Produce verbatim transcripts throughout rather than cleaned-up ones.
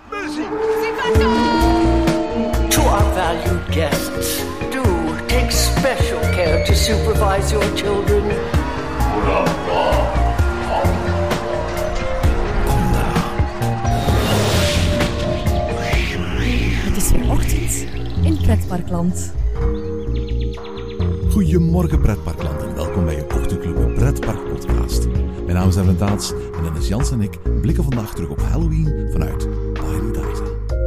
Muziek! To our valued guests, do take special care to supervise your children. Het is weer ochtend in Pretparkland. Goedemorgen Pretparkland en welkom bij je ochtendclub en Pretpark podcast. Mijn naam is Erwin Taats en Dennis Jans en ik blikken vandaag terug op Halloween vanuit Paradise.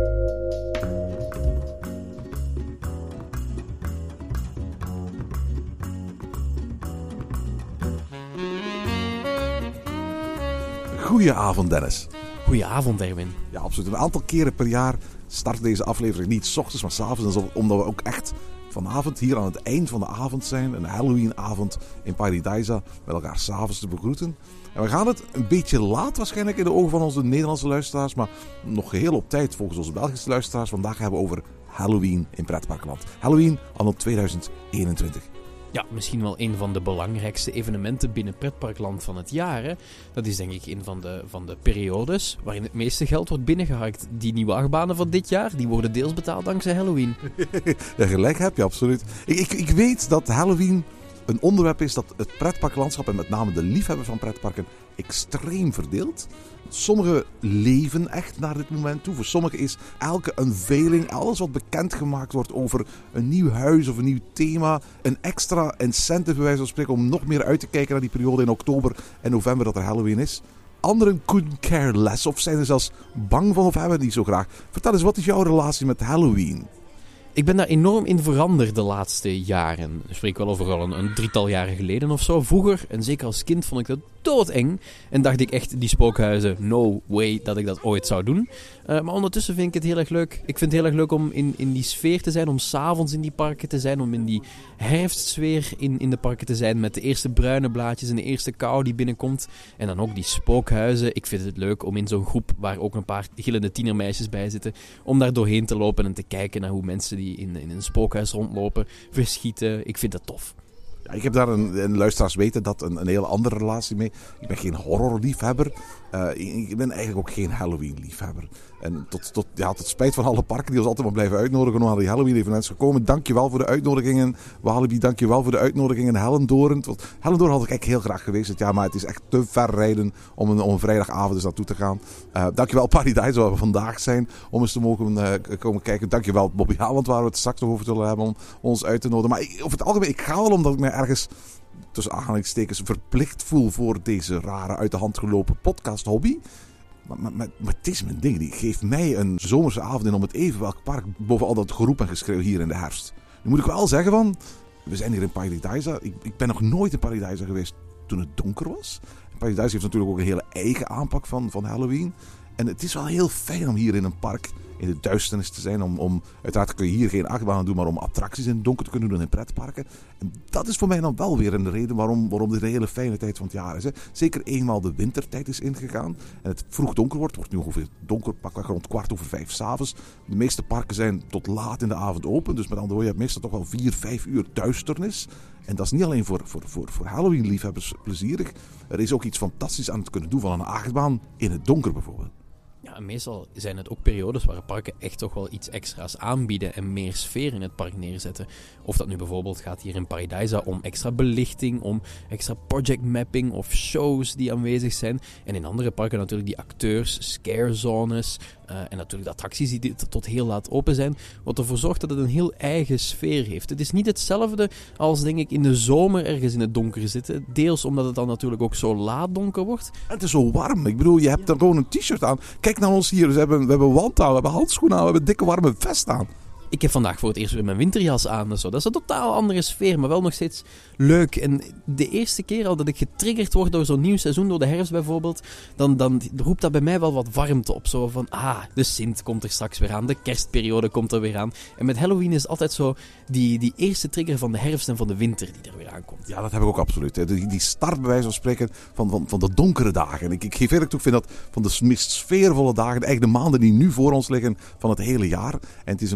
Goedenavond Dennis. Goedenavond Erwin. Ja, absoluut. Een aantal keren per jaar start deze aflevering niet 's ochtends, maar 's avonds. Omdat we ook echt vanavond hier aan het eind van de avond zijn. Een Halloweenavond in Paradise met elkaar 's avonds te begroeten. En we gaan het een beetje laat waarschijnlijk in de ogen van onze Nederlandse luisteraars. Maar nog geheel op tijd volgens onze Belgische luisteraars. Vandaag hebben we over Halloween in Pretparkland. Halloween anno tweeduizend eenentwintig. Ja, misschien wel een van de belangrijkste evenementen binnen Pretparkland van het jaar. Hè? Dat is denk ik een van de, van de periodes waarin het meeste geld wordt binnengeharkt. Die nieuwe achtbanen van dit jaar, die worden deels betaald dankzij Halloween. Ja, gelijk heb je, absoluut. Ik, ik, ik weet dat Halloween een onderwerp is dat het pretparklandschap en met name de liefhebbers van pretparken extreem verdeelt. Sommigen leven echt naar dit moment toe. Voor sommigen is elke unveiling, alles wat bekendgemaakt wordt over een nieuw huis of een nieuw thema, een extra incentive bij wijze van spreken om nog meer uit te kijken naar die periode in oktober en november dat er Halloween is. Anderen couldn't care less of zijn er zelfs bang van of hebben het niet zo graag. Vertel eens, wat is jouw relatie met Halloween? Ik ben daar enorm in veranderd de laatste jaren. Ik spreek wel over al een, een drietal jaren geleden of zo. Vroeger, en zeker als kind, vond ik dat doodeng. En dacht ik echt, die spookhuizen, no way dat ik dat ooit zou doen. Uh, maar ondertussen vind ik het heel erg leuk. Ik vind het heel erg leuk om in, in die sfeer te zijn, om 's avonds in die parken te zijn, om in die herfstsfeer in, in de parken te zijn, met de eerste bruine blaadjes en de eerste kou die binnenkomt. En dan ook die spookhuizen. Ik vind het leuk om in zo'n groep, waar ook een paar gillende tienermeisjes bij zitten, om daar doorheen te lopen en te kijken naar hoe mensen die in, in een spookhuis rondlopen, verschieten. Ik vind dat tof. Ja, ik heb daar een, een luisteraars weten dat een, een hele andere relatie mee. Ik ben geen horrorliefhebber. Uh, ik ben eigenlijk ook geen Halloween-liefhebber. En tot, tot, ja, tot spijt van alle parken die ons altijd maar blijven uitnodigen om aan die Halloween-evenements gekomen. Dankjewel voor de uitnodigingen. Walibi, dankjewel voor de uitnodigingen. Hellendoorn. Want Hellendoorn had ik echt heel graag geweest dit jaar, maar het is echt te ver rijden om een, om een vrijdagavond eens naartoe te gaan. Uh, dankjewel Paradise, waar we vandaag zijn, om eens te mogen uh, komen kijken. Dankjewel Bobby Haaland, waar we het straks nog over zullen hebben, om ons uit te nodigen. Maar ik, over het algemeen, ik ga wel omdat ik mij ergens tussen aanhalingstekens verplicht voel voor deze rare uit de hand gelopen podcast-hobby. Maar, maar, maar, maar het is mijn ding. Die geeft mij een zomerse avond in om het even welk park boven al dat geroep en geschreeuw hier in de herfst. Nu moet ik wel zeggen van, we zijn hier in Paradise. Ik, ik ben nog nooit in Paradise geweest toen het donker was. Paradise heeft natuurlijk ook een hele eigen aanpak van, van Halloween. En het is wel heel fijn om hier in een park in de duisternis te zijn. Om, om, uiteraard kun je hier geen achtbanen doen, maar om attracties in het donker te kunnen doen in pretparken. En dat is voor mij dan wel weer een reden waarom, waarom dit een hele fijne tijd van het jaar is. Hè. Zeker eenmaal de wintertijd is ingegaan en het vroeg donker wordt. Het wordt nu ongeveer donker, pakweg rond kwart over vijf 's avonds. De meeste parken zijn tot laat in de avond open. Dus met andere woorden, je hebt meestal toch wel vier, vijf uur duisternis. En dat is niet alleen voor, voor, voor, voor Halloween-liefhebbers plezierig. Er is ook iets fantastisch aan het kunnen doen van een achtbaan in het donker bijvoorbeeld. Ja, en meestal zijn het ook periodes waar parken echt toch wel iets extra's aanbieden en meer sfeer in het park neerzetten. Of dat nu bijvoorbeeld gaat hier in Paradise om extra belichting, om extra project mapping of shows die aanwezig zijn. En in andere parken natuurlijk die acteurs, scarezones uh, en natuurlijk de attracties die tot heel laat open zijn. Wat ervoor zorgt dat het een heel eigen sfeer heeft. Het is niet hetzelfde als denk ik in de zomer ergens in het donker zitten. Deels omdat het dan natuurlijk ook zo laat donker wordt. En het is zo warm. Ik bedoel, je hebt dan gewoon een t-shirt aan. Kijk naar ons hier. We hebben, we hebben wand aan, we hebben handschoenen aan, we hebben een dikke warme vest aan. Ik heb vandaag voor het eerst weer mijn winterjas aan. En zo. Dat is een totaal andere sfeer, maar wel nog steeds leuk. En de eerste keer al dat ik getriggerd word door zo'n nieuw seizoen, door de herfst bijvoorbeeld, dan, dan roept dat bij mij wel wat warmte op. Zo van, ah, de Sint komt er straks weer aan, de kerstperiode komt er weer aan. En met Halloween is het altijd zo die, die eerste trigger van de herfst en van de winter die er weer aankomt. Ja, dat heb ik ook absoluut. Die, die start bij wijze van spreken van, van, van de donkere dagen. Ik, ik geef eerlijk toe, ik vind dat van de meest sfeervolle dagen, eigenlijk de maanden die nu voor ons liggen van het hele jaar. En het is een privilege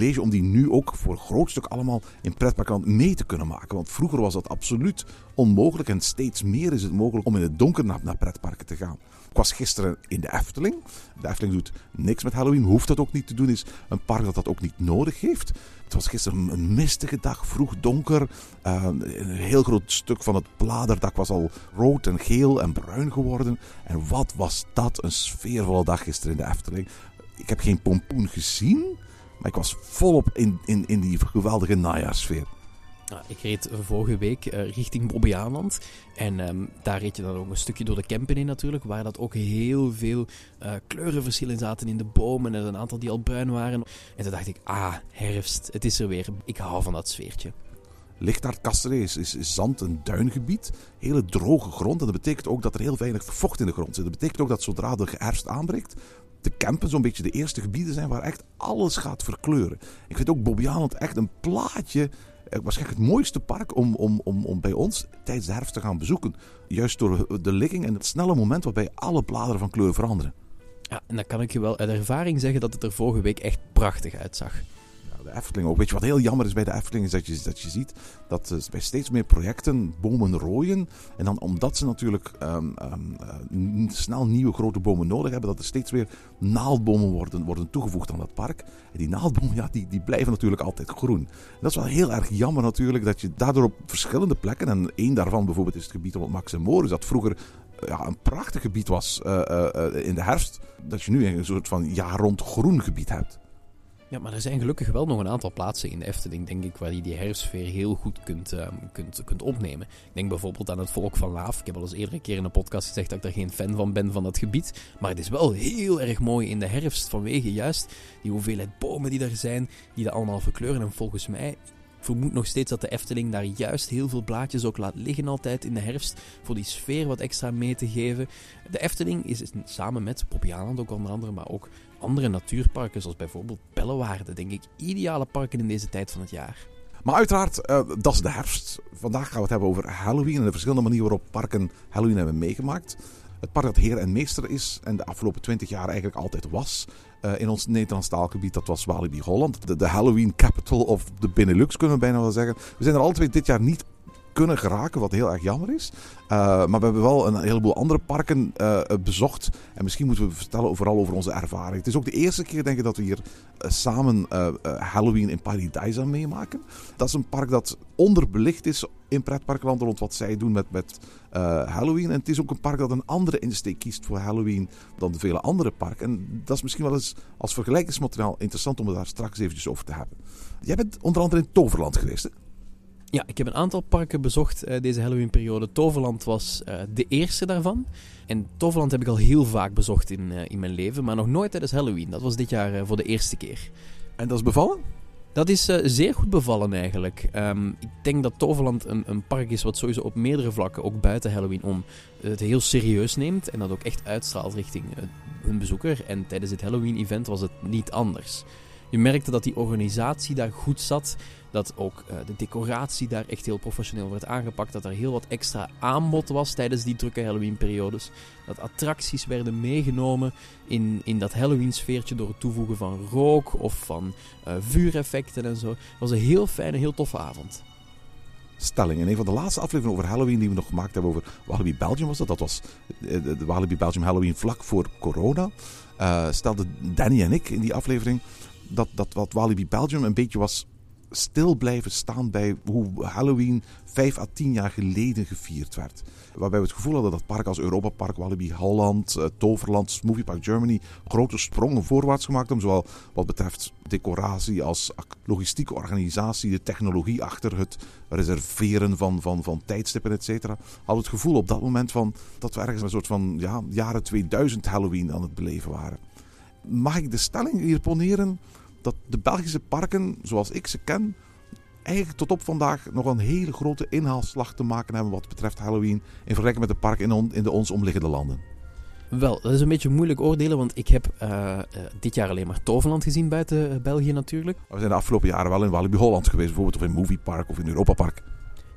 privilege om die nu ook voor een groot stuk allemaal in pretparkland mee te kunnen maken. Want vroeger was dat absoluut onmogelijk en steeds meer is het mogelijk om in het donker naar, naar pretparken te gaan. Ik was gisteren in de Efteling. De Efteling doet niks met Halloween, hoeft dat ook niet te doen. Is een park dat dat ook niet nodig heeft. Het was gisteren een mistige dag, vroeg donker. Uh, een heel groot stuk van het bladerdak was al rood en geel en bruin geworden. En wat was dat een sfeervolle dag gisteren in de Efteling. Ik heb geen pompoen gezien, maar ik was volop in, in, in die geweldige najaarsfeer. Nou, ik reed vorige week uh, richting Bobbejaanland en um, daar reed je dan ook een stukje door de Kempen in natuurlijk, waar dat ook heel veel uh, kleurenverschillen zaten in de bomen en een aantal die al bruin waren. En toen dacht ik, ah, herfst, het is er weer. Ik hou van dat sfeertje. Lichtaard-Castré is, is, is zand- en duingebied, hele droge grond en dat betekent ook dat er heel weinig vocht in de grond zit. Dat betekent ook dat zodra de herfst aanbreekt, de Kempen zo'n beetje de eerste gebieden zijn waar echt alles gaat verkleuren. Ik vind ook Bobbejaanland echt een plaatje. Waarschijnlijk het mooiste park om, om, om, om bij ons tijdens de herfst te gaan bezoeken. Juist door de ligging en het snelle moment waarbij alle bladeren van kleur veranderen. Ja, en dan kan ik je wel uit ervaring zeggen dat het er vorige week echt prachtig uitzag. De Efteling ook. Weet je wat heel jammer is bij de Efteling? Is dat je, dat je ziet dat uh, bij steeds meer projecten bomen rooien. En dan omdat ze natuurlijk um, um, uh, snel nieuwe grote bomen nodig hebben, dat er steeds weer naaldbomen worden, worden toegevoegd aan dat park. En die naaldbomen, ja, die, die blijven natuurlijk altijd groen. En dat is wel heel erg jammer natuurlijk, dat je daardoor op verschillende plekken, en één daarvan bijvoorbeeld is het gebied rond Max en Moritz, dat vroeger ja, een prachtig gebied was uh, uh, in de herfst, dat je nu een soort van jaar rond groen gebied hebt. Ja, maar er zijn gelukkig wel nog een aantal plaatsen in de Efteling, denk ik, waar je die herfstsfeer heel goed kunt, uh, kunt, kunt opnemen. Ik denk bijvoorbeeld aan het Volk van Laaf. Ik heb al eens eerder een keer in een podcast gezegd dat ik daar geen fan van ben van dat gebied. Maar het is wel heel erg mooi in de herfst vanwege juist die hoeveelheid bomen die er zijn, die dat allemaal verkleuren. En volgens mij, ik vermoed nog steeds dat de Efteling daar juist heel veel blaadjes ook laat liggen altijd in de herfst, voor die sfeer wat extra mee te geven. De Efteling is samen met Bobbejaanland ook onder andere, maar ook andere natuurparken, zoals bijvoorbeeld Bellewaarde, denk ik, ideale parken in deze tijd van het jaar. Maar uiteraard, uh, dat is de herfst. Vandaag gaan we het hebben over Halloween en de verschillende manieren waarop parken Halloween hebben meegemaakt. Het park dat heer en meester is en de afgelopen twintig jaar eigenlijk altijd was uh, in ons Nederlands taalgebied, dat was Walibi Holland. De, de Halloween capital of de Benelux kunnen we bijna wel zeggen. We zijn er alle twee dit jaar niet kunnen geraken, wat heel erg jammer is. Uh, maar we hebben wel een heleboel andere parken uh, bezocht. En misschien moeten we vertellen vooral over onze ervaring. Het is ook de eerste keer, denk ik, dat we hier uh, samen uh, uh, Halloween in Paradise aan meemaken. Dat is een park dat onderbelicht is in pretparkland rond wat zij doen met, met uh, Halloween. En het is ook een park dat een andere insteek kiest voor Halloween dan de vele andere parken. En dat is misschien wel eens als vergelijkingsmateriaal interessant om het daar straks eventjes over te hebben. Jij bent onder andere in Toverland geweest, hè? Ja, ik heb een aantal parken bezocht uh, deze Halloween-periode. Toverland was uh, de eerste daarvan. En Toverland heb ik al heel vaak bezocht in, uh, in mijn leven, maar nog nooit tijdens Halloween. Dat was dit jaar uh, voor de eerste keer. En dat is bevallen? Dat is uh, zeer goed bevallen eigenlijk. Um, ik denk dat Toverland een, een park is wat sowieso op meerdere vlakken, ook buiten Halloween om, het heel serieus neemt en dat ook echt uitstraalt richting uh, hun bezoeker. En tijdens dit Halloween-event was het niet anders. Je merkte dat die organisatie daar goed zat, dat ook uh, de decoratie daar echt heel professioneel werd aangepakt, dat er heel wat extra aanbod was tijdens die drukke Halloween-periodes, dat attracties werden meegenomen in, in dat Halloween-sfeertje door het toevoegen van rook of van uh, vuureffecten en zo. Het was een heel fijne, heel toffe avond. Stelling. In een van de laatste afleveringen over Halloween die we nog gemaakt hebben over Walibi Belgium was dat. Dat was de, de Walibi Belgium Halloween vlak voor corona. Uh, stelde Danny en ik in die aflevering dat, dat wat Walibi Belgium een beetje was stil blijven staan bij hoe Halloween vijf à tien jaar geleden gevierd werd. Waarbij we het gevoel hadden dat parken als Europa Park, Walibi Holland, uh, Toverland, Smoothie Park Germany grote sprongen voorwaarts gemaakt hebben. Zowel wat betreft decoratie als logistieke organisatie, de technologie achter het reserveren van, van, van tijdstippen, et cetera. Hadden we het gevoel op dat moment van dat we ergens een soort van ja, jaren tweeduizend Halloween aan het beleven waren. Mag ik de stelling hier poneren dat de Belgische parken, zoals ik ze ken, eigenlijk tot op vandaag nog een hele grote inhaalslag te maken hebben wat betreft Halloween in vergelijking met de parken in, on, in de ons omliggende landen? Wel, dat is een beetje moeilijk oordelen, want ik heb uh, uh, dit jaar alleen maar Toverland gezien buiten uh, België natuurlijk. We zijn de afgelopen jaren wel in Walibi Holland geweest, bijvoorbeeld, of in Movie Park of in Europa Park.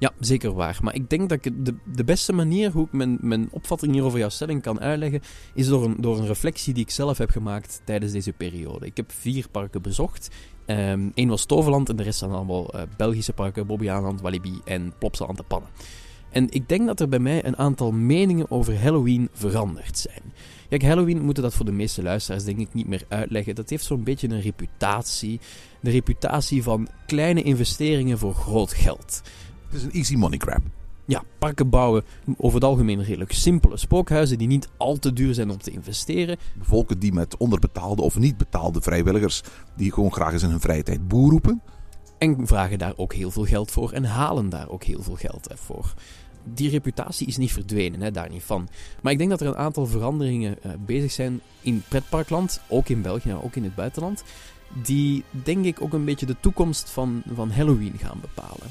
Ja, zeker waar. Maar ik denk dat ik de, de beste manier hoe ik mijn, mijn opvatting hier over jouw stelling kan uitleggen, is door een, door een reflectie die ik zelf heb gemaakt tijdens deze periode. Ik heb vier parken bezocht. Eén um, was Toverland en de rest zijn allemaal uh, Belgische parken, Bobbejaanland, Walibi en Plopsaland de Pannen. En ik denk dat er bij mij een aantal meningen over Halloween veranderd zijn. Kijk, Halloween moeten dat voor de meeste luisteraars denk ik niet meer uitleggen. Dat heeft zo'n beetje een reputatie. De reputatie van kleine investeringen voor groot geld. Het is een easy money grab. Ja, parken bouwen over het algemeen redelijk simpele spookhuizen die niet al te duur zijn om te investeren. Volken die met onderbetaalde of niet betaalde vrijwilligers die gewoon graag eens in hun vrije tijd boer roepen. En vragen daar ook heel veel geld voor en halen daar ook heel veel geld voor. Die reputatie is niet verdwenen, hè, daar niet van. Maar ik denk dat er een aantal veranderingen uh, bezig zijn in pretparkland, ook in België, ook in het buitenland, die denk ik ook een beetje de toekomst van, van Halloween gaan bepalen.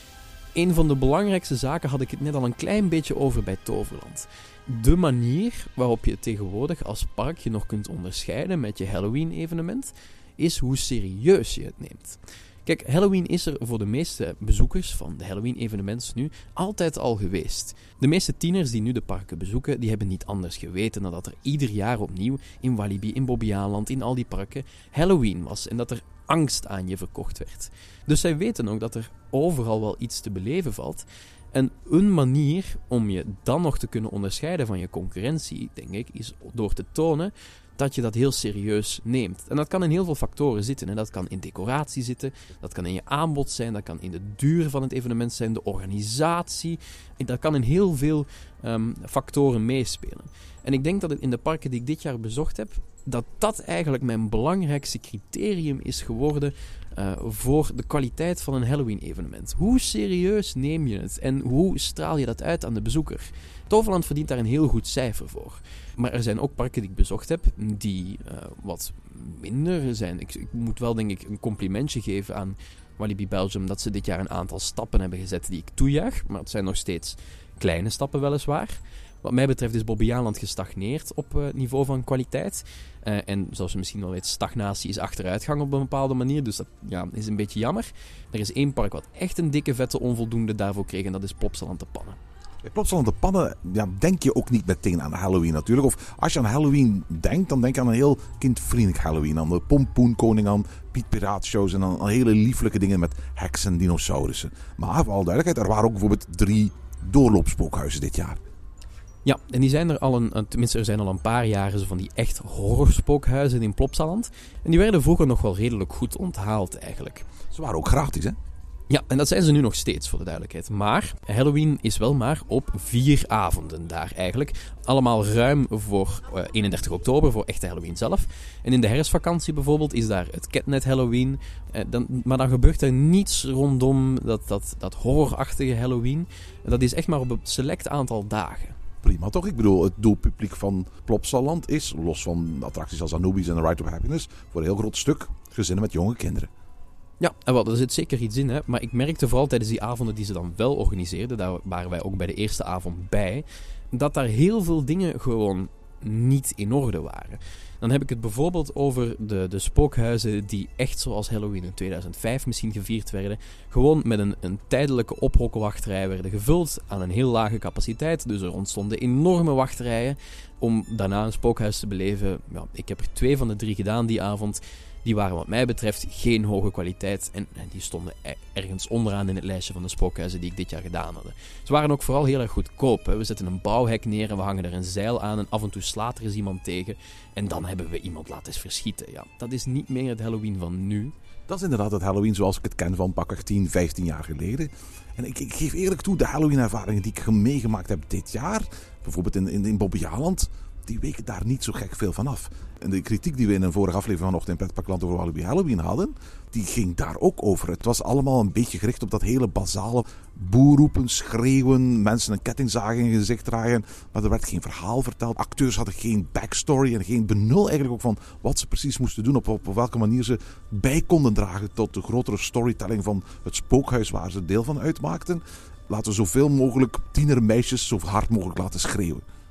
Een van de belangrijkste zaken had ik het net al een klein beetje over bij Toverland. De manier waarop je tegenwoordig als park je nog kunt onderscheiden met je Halloween-evenement, is hoe serieus je het neemt. Kijk, Halloween is er voor de meeste bezoekers van de Halloween-evenements nu altijd al geweest. De meeste tieners die nu de parken bezoeken, die hebben niet anders geweten dan dat er ieder jaar opnieuw in Walibi, in Bobbejaanland, in al die parken Halloween was en dat er angst aan je verkocht werd. Dus zij weten ook dat er overal wel iets te beleven valt. En een manier om je dan nog te kunnen onderscheiden van je concurrentie, denk ik, is door te tonen dat je dat heel serieus neemt. En dat kan in heel veel factoren zitten. En dat kan in decoratie zitten, dat kan in je aanbod zijn, dat kan in de duur van het evenement zijn, de organisatie. En dat kan in heel veel um, factoren meespelen. En ik denk dat het in de parken die ik dit jaar bezocht heb, dat dat eigenlijk mijn belangrijkste criterium is geworden uh, voor de kwaliteit van een Halloween-evenement. Hoe serieus neem je het en hoe straal je dat uit aan de bezoeker? Toverland verdient daar een heel goed cijfer voor. Maar er zijn ook parken die ik bezocht heb die uh, wat minder zijn. Ik, ik moet wel denk ik een complimentje geven aan Walibi Belgium dat ze dit jaar een aantal stappen hebben gezet die ik toejuich. Maar het zijn nog steeds kleine stappen weliswaar. Wat mij betreft is Bobbejaanland gestagneerd op uh, het niveau van kwaliteit. Uh, en zoals je misschien wel weet, stagnatie is achteruitgang op een bepaalde manier. Dus dat ja, is een beetje jammer. Er is één park wat echt een dikke vette onvoldoende daarvoor kreeg en dat is Plopsaland de Pannen. Bij Plopsaland de Pannen ja, denk je ook niet meteen aan Halloween natuurlijk. Of als je aan Halloween denkt, dan denk je aan een heel kindvriendelijk Halloween. Aan de Pompoenkoning, aan Piet Piraatshows en aan, aan hele lieflijke dingen met heksen en dinosaurussen. Maar voor alle duidelijkheid, er waren ook bijvoorbeeld drie doorloopspookhuizen dit jaar. Ja, en die zijn er al een, tenminste er zijn al een paar jaren zo van die echt horrorspookhuizen in Plopsaland. En die werden vroeger nog wel redelijk goed onthaald eigenlijk. Ze waren ook gratis, hè? Ja, en dat zijn ze nu nog steeds, voor de duidelijkheid. Maar Halloween is wel maar op vier avonden daar eigenlijk. Allemaal ruim voor uh, eenendertig oktober, voor echte Halloween zelf. En in de herfstvakantie bijvoorbeeld is daar het Catnet Halloween. Uh, dan, maar dan gebeurt er niets rondom dat, dat, dat horrorachtige Halloween. Dat is echt maar op een select aantal dagen. Prima toch? Ik bedoel, het doelpubliek van Plopsaland is, los van attracties als Anubis en The Ride of Happiness, voor een heel groot stuk gezinnen met jonge kinderen. Ja, en wel, er zit zeker iets in, hè. Maar ik merkte vooral tijdens die avonden die ze dan wel organiseerden, daar waren wij ook bij de eerste avond bij, dat daar heel veel dingen gewoon niet in orde waren. Dan heb ik het bijvoorbeeld over de, de spookhuizen die echt zoals Halloween in tweeduizend vijf misschien gevierd werden. Gewoon met een, een tijdelijke ophokkenwachtrij werden gevuld aan een heel lage capaciteit. Dus er ontstonden enorme wachtrijen om daarna een spookhuis te beleven. Ja, ik heb er twee van de drie gedaan die avond. Die waren wat mij betreft geen hoge kwaliteit en, en die stonden ergens onderaan in het lijstje van de spookhuizen die ik dit jaar gedaan had. Ze waren ook vooral heel erg goedkoop. Hè. We zetten een bouwhek neer en we hangen er een zeil aan en af en toe slaat er eens iemand tegen. En dan hebben we iemand laten verschieten. Ja, dat is niet meer het Halloween van nu. Dat is inderdaad het Halloween zoals ik het ken van pakweg tien, vijftien jaar geleden. En ik, ik geef eerlijk toe, de Halloween-ervaringen die ik meegemaakt heb dit jaar, bijvoorbeeld in, in, in Bobbejaanland, die weken daar niet zo gek veel van af. En de kritiek die we in een vorige aflevering van Ochtend in Pretparkland over Walibi Halloween hadden, die ging daar ook over. Het was allemaal een beetje gericht op dat hele basale boerroepen, schreeuwen, mensen een kettingzaag in je gezicht draaien. Maar er werd geen verhaal verteld. Acteurs hadden geen backstory en geen benul eigenlijk ook van wat ze precies moesten doen. Op, op welke manier ze bij konden dragen tot de grotere storytelling van het spookhuis waar ze deel van uitmaakten. Laten we zoveel mogelijk tienermeisjes zo hard mogelijk laten schreeuwen.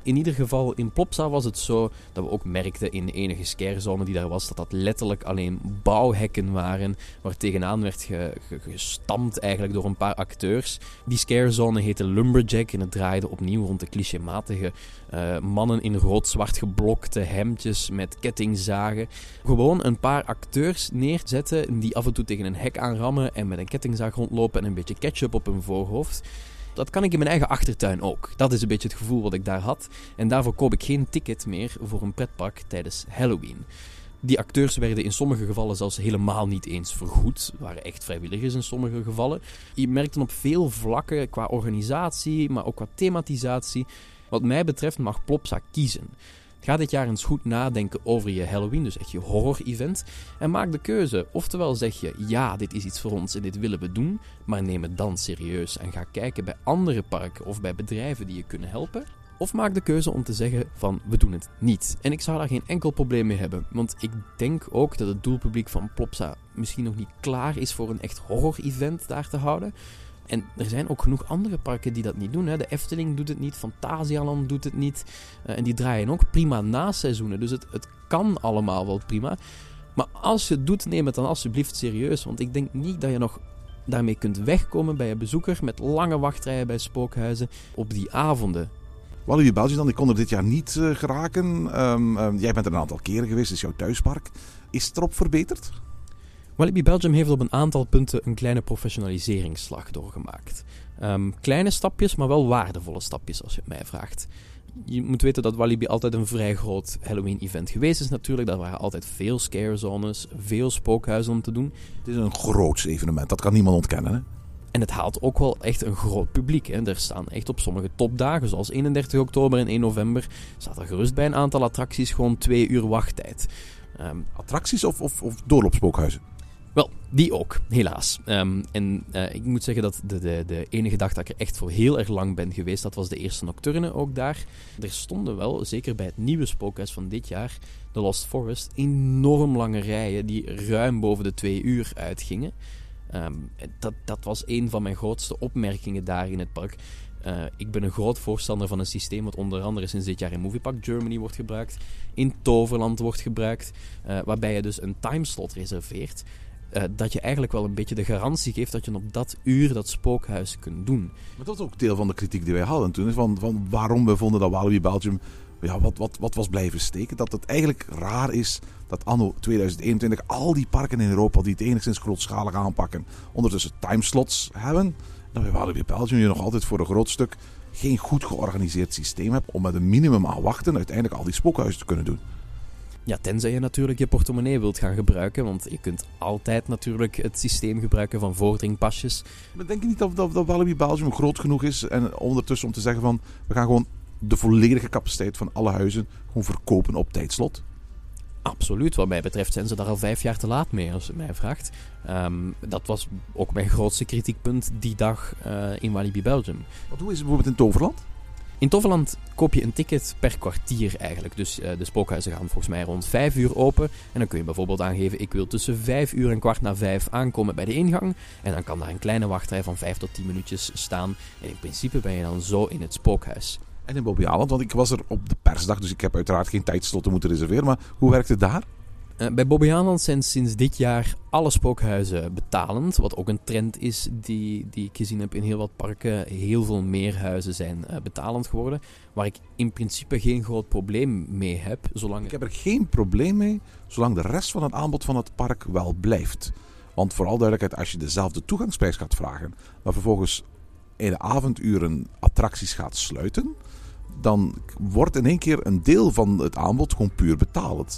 in ieder geval in Plopsa was het zo dat we ook merkten in de enige scarezone die daar was, dat dat letterlijk alleen bouwhekken waren, waar tegenaan werd ge, ge, gestampt eigenlijk door een paar acteurs. Die scarezone heette Lumberjack en het draaide opnieuw rond de clichématige uh, mannen in rood-zwart geblokte hemdjes met kettingzagen. Gewoon een paar acteurs neerzetten die af en toe tegen een hek aanrammen en met een kettingzaag rondlopen en een beetje ketchup op hun voorhoofd. Dat kan ik in mijn eigen achtertuin ook. Dat is een beetje het gevoel wat ik daar had. En daarvoor koop ik geen ticket meer voor een pretpark tijdens Halloween. Die acteurs werden in sommige gevallen zelfs helemaal niet eens vergoed. Waren echt vrijwilligers in sommige gevallen. Je merkte op veel vlakken qua organisatie, maar ook qua thematisatie. Wat mij betreft mag Plopsa kiezen. Ga dit jaar eens goed nadenken over je Halloween, dus echt je horror-event. En maak de keuze. Oftewel zeg je, ja, dit is iets voor ons en dit willen we doen. Maar neem het dan serieus en ga kijken bij andere parken of bij bedrijven die je kunnen helpen. Of maak de keuze om te zeggen van, we doen het niet. En ik zou daar geen enkel probleem mee hebben. Want ik denk ook dat het doelpubliek van Plopsa misschien nog niet klaar is voor een echt horror-event daar te houden. En er zijn ook genoeg andere parken die dat niet doen. Hè. De Efteling doet het niet, Phantasialand doet het niet. Uh, en die draaien ook prima na seizoenen. Dus het, het kan allemaal wel prima. Maar als je het doet, neem het dan alsjeblieft serieus. Want ik denk niet dat je nog daarmee kunt wegkomen bij een bezoeker met lange wachtrijen bij spookhuizen op die avonden. Walibi Belgium dan, die kon er dit jaar niet uh, geraken. Um, um, jij bent er een aantal keren geweest, het is jouw thuispark. Is het erop verbeterd? Walibi Belgium heeft op een aantal punten een kleine professionaliseringsslag doorgemaakt. Um, kleine stapjes, maar wel waardevolle stapjes als je het mij vraagt. Je moet weten dat Walibi altijd een vrij groot Halloween-event geweest is natuurlijk. Daar waren altijd veel scarezones, veel spookhuizen om te doen. Het is een groots evenement, dat kan niemand ontkennen, hè? En het haalt ook wel echt een groot publiek. Hè. Er staan echt op sommige topdagen, zoals eenendertig oktober en één november, staat er gerust bij een aantal attracties gewoon twee uur wachttijd. Um, attracties of, of, of doorloopspookhuizen? Wel, die ook, helaas. Um, en uh, ik moet zeggen dat de, de, de enige dag dat ik er echt voor heel erg lang ben geweest, dat was de eerste nocturne ook daar. Er stonden wel, zeker bij het nieuwe spookhuis van dit jaar, de Lost Forest, enorm lange rijen die ruim boven de twee uur uitgingen. Um, dat, dat was een van mijn grootste opmerkingen daar in het park. Uh, ik ben een groot voorstander van een systeem wat onder andere sinds dit jaar in Moviepark Germany wordt gebruikt, in Toverland wordt gebruikt, uh, waarbij je dus een timeslot reserveert. Uh, dat je eigenlijk wel een beetje de garantie geeft dat je op dat uur dat spookhuis kunt doen. Maar dat was ook deel van de kritiek die wij hadden toen. Van, van waarom we vonden dat Walibi Belgium ja, wat, wat, wat was blijven steken. Dat het eigenlijk raar is dat anno tweeduizend eenentwintig al die parken in Europa die het enigszins grootschalig aanpakken, ondertussen timeslots hebben. Dat bij Walibi Belgium je nog altijd voor een groot stuk geen goed georganiseerd systeem hebt om met een minimum aan wachten uiteindelijk al die spookhuizen te kunnen doen. Ja, tenzij je natuurlijk je portemonnee wilt gaan gebruiken, want je kunt altijd natuurlijk het systeem gebruiken van voordringpasjes. Maar denk je niet dat, dat, dat Walibi Belgium groot genoeg is en ondertussen om te zeggen van, we gaan gewoon de volledige capaciteit van alle huizen gewoon verkopen op tijdslot? Absoluut, wat mij betreft zijn ze daar al vijf jaar te laat mee, als je het mij vraagt. Um, dat was ook mijn grootste kritiekpunt die dag uh, in Walibi Belgium. Wat, hoe is het bijvoorbeeld in Toverland? In Toverland koop je een ticket per kwartier eigenlijk. Dus uh, de spookhuizen gaan volgens mij rond vijf uur open. En dan kun je bijvoorbeeld aangeven, ik wil tussen vijf uur en kwart na vijf aankomen bij de ingang. En dan kan daar een kleine wachtrij van vijf tot tien minuutjes staan. En in principe ben je dan zo in het spookhuis. En in Bobbejaanland, want ik was er op de persdag, dus ik heb uiteraard geen tijdslotten moeten reserveren. Maar hoe werkt het daar? Uh, bij Bobbejaanland zijn sinds dit jaar alle spookhuizen betalend. Wat ook een trend is die, die ik gezien heb in heel wat parken. Heel veel meer huizen zijn uh, betalend geworden. Waar ik in principe geen groot probleem mee heb. Zolang... Ik heb er geen probleem mee, zolang de rest van het aanbod van het park wel blijft. Want vooral duidelijkheid, als je dezelfde toegangsprijs gaat vragen, maar vervolgens in de avonduren attracties gaat sluiten, dan wordt in één keer een deel van het aanbod gewoon puur betalend.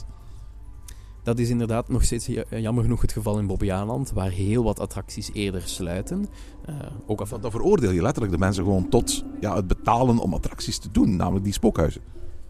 Dat is inderdaad nog steeds jammer genoeg het geval in Bobbejaanland, waar heel wat attracties eerder sluiten. Uh, ook af... Dan veroordeel je letterlijk de mensen gewoon tot ja, het betalen om attracties te doen, namelijk die spookhuizen.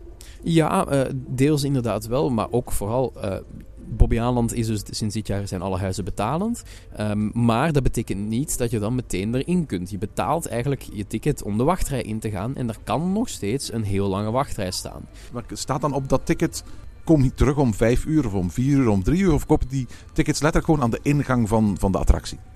Ja, uh, deels inderdaad wel, maar ook vooral... Uh, Bobbejaanland is dus sinds dit jaar zijn alle huizen betalend. Um, maar dat betekent niet dat je dan meteen erin kunt. Je betaalt eigenlijk je ticket om de wachtrij in te gaan en er kan nog steeds een heel lange wachtrij staan. Maar staat dan op dat ticket, kom je terug om vijf uur of om vier uur, om drie uur? Of koop je die tickets letterlijk gewoon aan de ingang van, van de attractie?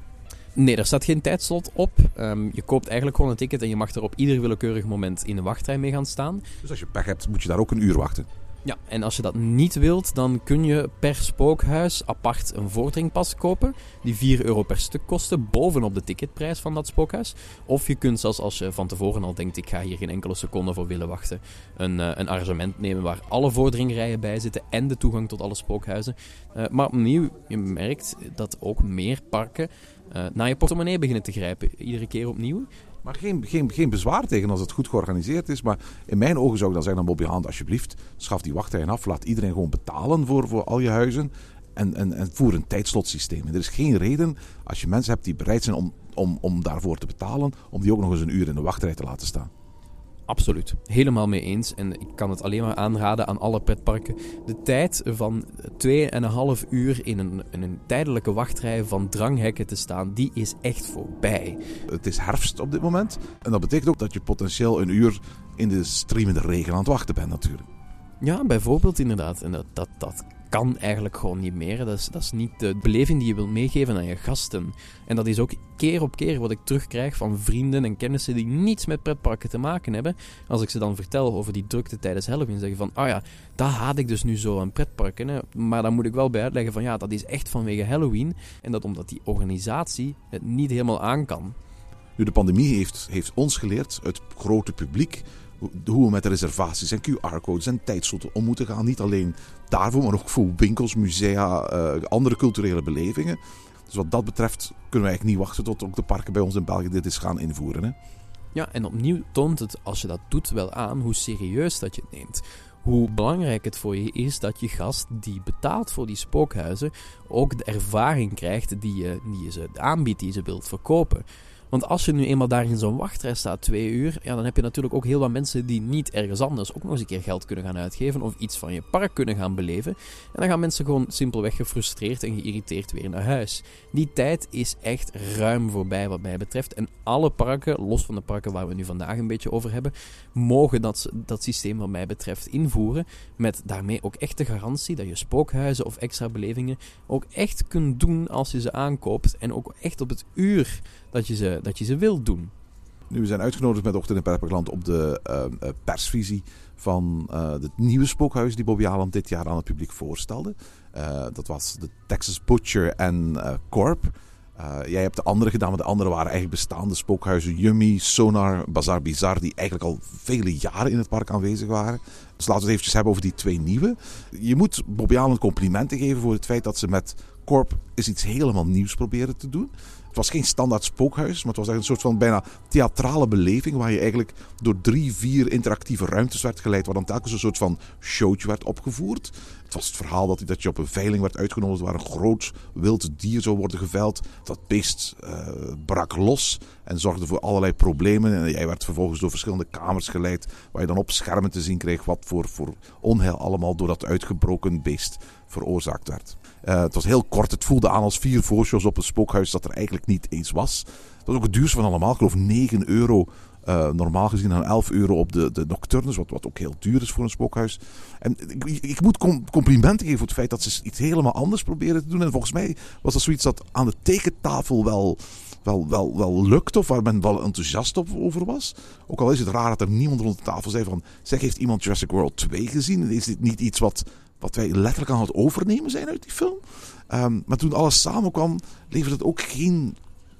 Nee, er staat geen tijdslot op. Um, je koopt eigenlijk gewoon een ticket en je mag er op ieder willekeurig moment in de wachtrij mee gaan staan. Dus als je pech hebt, moet je daar ook een uur wachten. Ja, en als je dat niet wilt, dan kun je per spookhuis apart een vordringpas kopen, die vier euro per stuk kosten, bovenop de ticketprijs van dat spookhuis. Of je kunt zelfs als je van tevoren al denkt, ik ga hier geen enkele seconde voor willen wachten, een, uh, een arrangement nemen waar alle vordringrijen bij zitten en de toegang tot alle spookhuizen. Uh, maar opnieuw, je merkt dat ook meer parken uh, naar je portemonnee beginnen te grijpen, iedere keer opnieuw. Maar geen, geen, geen bezwaar tegen als het goed georganiseerd is. Maar in mijn ogen zou ik dan zeggen aan Bobby Hand, alsjeblieft, schaf die wachtrijen af. Laat iedereen gewoon betalen voor, voor al je huizen. En, en, en voer een tijdslotsysteem. En er is geen reden, als je mensen hebt die bereid zijn om, om, om daarvoor te betalen, om die ook nog eens een uur in de wachtrij te laten staan. Absoluut. Helemaal mee eens. En ik kan het alleen maar aanraden aan alle pretparken. De tijd van twee en een half uur in een, in een tijdelijke wachtrij van dranghekken te staan, die is echt voorbij. Het is herfst op dit moment. En dat betekent ook dat je potentieel een uur in de streamende regen aan het wachten bent natuurlijk. Ja, bijvoorbeeld inderdaad. En dat, dat, dat kan eigenlijk gewoon niet meer. Dat is, dat is niet de beleving die je wilt meegeven aan je gasten. En dat is ook keer op keer wat ik terugkrijg van vrienden en kennissen die niets met pretparken te maken hebben. Als ik ze dan vertel over die drukte tijdens Halloween, zeggen van, ah ja, dat haat ik dus nu zo aan pretparken. Hè. Maar dan moet ik wel bij uitleggen van, ja, dat is echt vanwege Halloween. En dat omdat die organisatie het niet helemaal aan kan. Nu, de pandemie heeft, heeft ons geleerd, het grote publiek, hoe we met de reservaties en Q R-codes en tijdsloten om moeten gaan. Niet alleen daarvoor, maar ook voor winkels, musea, uh, andere culturele belevingen. Dus wat dat betreft kunnen we eigenlijk niet wachten tot ook de parken bij ons in België dit eens gaan invoeren. Hè? Ja, en opnieuw toont het, als je dat doet, wel aan hoe serieus dat je het neemt. Hoe belangrijk het voor je is dat je gast die betaalt voor die spookhuizen ook de ervaring krijgt die je, die je ze aanbiedt, die je ze wilt verkopen. Want als je nu eenmaal daar in zo'n wachtrij staat, twee uur, ja, dan heb je natuurlijk ook heel wat mensen die niet ergens anders ook nog eens een keer geld kunnen gaan uitgeven of iets van je park kunnen gaan beleven. En dan gaan mensen gewoon simpelweg gefrustreerd en geïrriteerd weer naar huis. Die tijd is echt ruim voorbij wat mij betreft. En alle parken, los van de parken waar we nu vandaag een beetje over hebben, mogen dat, dat systeem wat mij betreft invoeren. Met daarmee ook echt de garantie dat je spookhuizen of extra belevingen ook echt kunt doen als je ze aankoopt. En ook echt op het uur dat je ze, dat je ze wilt doen. Nu, we zijn uitgenodigd met Ochtend in Pretparkland op de uh, persvisie van uh, het nieuwe spookhuis die Bobby Aland dit jaar aan het publiek voorstelde. Uh, dat was de Texas Butcher en uh, Corp. Uh, jij hebt de andere gedaan, maar de andere waren eigenlijk bestaande spookhuizen. Yummy, Sonar, Bazaar Bizar, die eigenlijk al vele jaren in het park aanwezig waren. Dus laten we het eventjes hebben over die twee nieuwe. Je moet Bobby Aland complimenten geven voor het feit dat ze met Corp eens iets helemaal nieuws proberen te doen. Het was geen standaard spookhuis, maar het was een soort van bijna theatrale beleving waar je eigenlijk door drie, vier interactieve ruimtes werd geleid, waar dan telkens een soort van showtje werd opgevoerd. Het was het verhaal dat, dat je op een veiling werd uitgenodigd waar een groot wild dier zou worden geveild. Dat beest uh, brak los en zorgde voor allerlei problemen. En jij werd vervolgens door verschillende kamers geleid waar je dan op schermen te zien kreeg wat voor, voor onheil allemaal door dat uitgebroken beest veroorzaakt werd. Uh, het was heel kort. Het voelde aan als vier voorshows op een spookhuis dat er eigenlijk niet eens was. Dat was ook het duurste van allemaal. Ik geloof negen euro uh, normaal gezien en elf euro op de, de Nocturnes. Wat, wat ook heel duur is voor een spookhuis. En ik, ik moet com- complimenten geven voor het feit dat ze iets helemaal anders proberen te doen. En volgens mij was dat zoiets dat aan de tekentafel wel, wel, wel, wel lukt. Of waar men wel enthousiast op, over was. Ook al is het raar dat er niemand rond de tafel zei van... Zeg, heeft iemand Jurassic World twee gezien? Is dit niet iets wat... wat wij letterlijk aan het overnemen zijn uit die film. Um, maar toen alles samenkwam, leverde het ook geen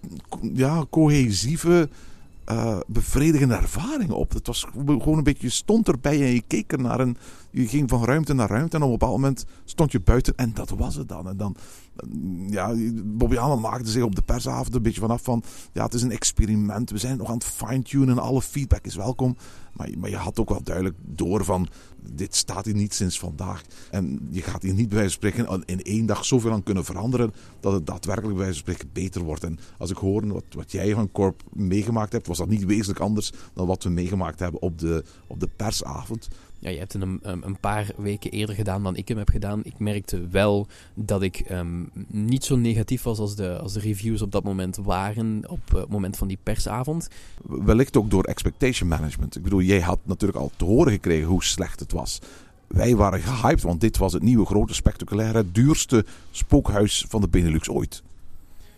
ja, cohesieve, uh, bevredigende ervaring op. Het was gewoon een beetje, je stond erbij en je keek ernaar en je ging van ruimte naar ruimte en op een bepaald moment stond je buiten en dat was het dan. En dan, ja, Bobby Aland maakte zich op de persavond een beetje vanaf van, ja, het is een experiment, we zijn nog aan het fine-tunen en alle feedback is welkom. Maar, maar je had ook wel duidelijk door van, dit staat hier niet sinds vandaag. En je gaat hier niet bij wijze van spreken in één dag zoveel aan kunnen veranderen, dat het daadwerkelijk bij wijze van spreken beter wordt. En als ik hoor wat, wat jij van Corp meegemaakt hebt, was dat niet wezenlijk anders dan wat we meegemaakt hebben op de, op de persavond. Ja, je hebt het een, een paar weken eerder gedaan dan ik hem heb gedaan. Ik merkte wel dat ik um, niet zo negatief was als de, als de reviews op dat moment waren, op uh, het moment van die persavond. Wellicht ook door expectation management. Ik bedoel, jij had natuurlijk al te horen gekregen hoe slecht het was. Wij waren gehyped, want dit was het nieuwe, grote, spectaculaire, duurste spookhuis van de Benelux ooit.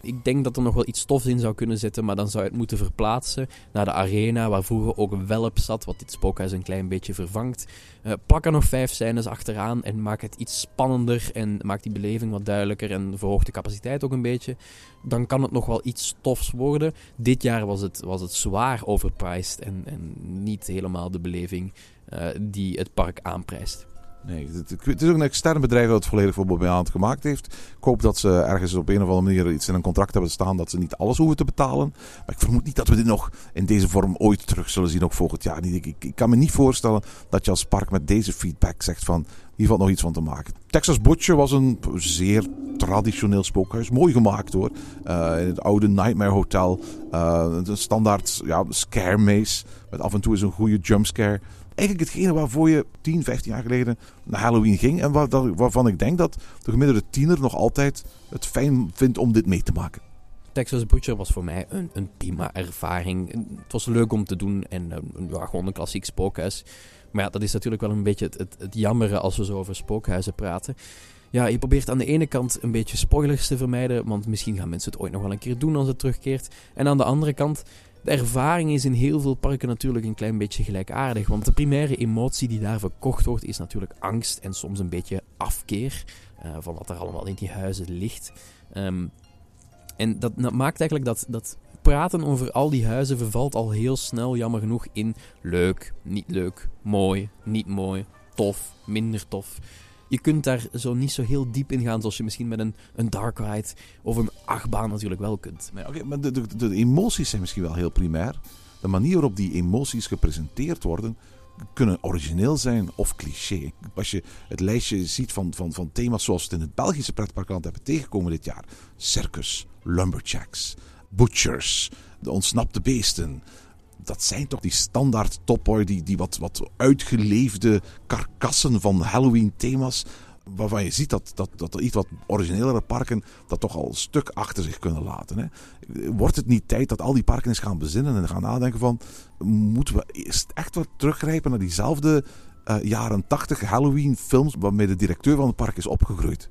Ik denk dat er nog wel iets tofs in zou kunnen zitten, maar dan zou je het moeten verplaatsen naar de arena, waar vroeger ook een welp zat, wat dit spookhuis een klein beetje vervangt. Uh, plak er nog vijf scènes achteraan en maak het iets spannender en maak die beleving wat duidelijker en verhoog de capaciteit ook een beetje. Dan kan het nog wel iets tofs worden. Dit jaar was het, was het zwaar overpriced en, en niet helemaal de beleving uh, die het park aanprijst. Nee, het, het is ook een extern bedrijf dat het volledig voor Bobbejaanland gemaakt heeft. Ik hoop dat ze ergens op een of andere manier iets in een contract hebben staan dat ze niet alles hoeven te betalen. Maar ik vermoed niet dat we dit nog in deze vorm ooit terug zullen zien, ook volgend jaar. Ik, ik, ik kan me niet voorstellen dat je als park met deze feedback zegt van, hier valt nog iets van te maken. Texas Butcher was een zeer traditioneel spookhuis. Mooi gemaakt hoor. Uh, in het oude Nightmare Hotel. Uh, een standaard ja, scare maze. Met af en toe is een goede jumpscare. Eigenlijk hetgene waarvoor je tien, vijftien jaar geleden naar Halloween ging. En waar, dat, waarvan ik denk dat de gemiddelde tiener nog altijd het fijn vindt om dit mee te maken. Texas Butcher was voor mij een, een prima ervaring. Het was leuk om te doen en uh, ja, gewoon een klassiek spookhuis. Maar ja, dat is natuurlijk wel een beetje het, het, het jammere als we zo over spookhuizen praten. Ja, je probeert aan de ene kant een beetje spoilers te vermijden, want misschien gaan mensen het ooit nog wel een keer doen als het terugkeert. En aan de andere kant, de ervaring is in heel veel parken natuurlijk een klein beetje gelijkaardig. Want de primaire emotie die daar verkocht wordt is natuurlijk angst en soms een beetje afkeer uh, van wat er allemaal in die huizen ligt. Um, en dat, dat maakt eigenlijk dat, dat praten over al die huizen vervalt al heel snel, jammer genoeg, in leuk, niet leuk, mooi, niet mooi, tof, minder tof. Je kunt daar zo niet zo heel diep in gaan zoals je misschien met een, een dark ride of een achtbaan natuurlijk wel kunt. Nee, okay, maar de, de, de emoties zijn misschien wel heel primair. De manier waarop die emoties gepresenteerd worden kunnen origineel zijn of cliché. Als je het lijstje ziet van, van, van thema's zoals we het in het Belgische pretparkland hebben tegengekomen dit jaar. Circus, lumberjacks, butchers, de ontsnapte beesten. Dat zijn toch die standaard topboy, die, die wat, wat uitgeleefde karkassen van Halloween-thema's, waarvan je ziet dat, dat, dat er iets wat originelere parken dat toch al een stuk achter zich kunnen laten. Hè. Wordt het niet tijd dat al die parken eens gaan bezinnen en gaan nadenken van, moeten we eerst echt wat teruggrijpen naar diezelfde uh, jaren tachtig Halloween-films waarmee de directeur van het park is opgegroeid?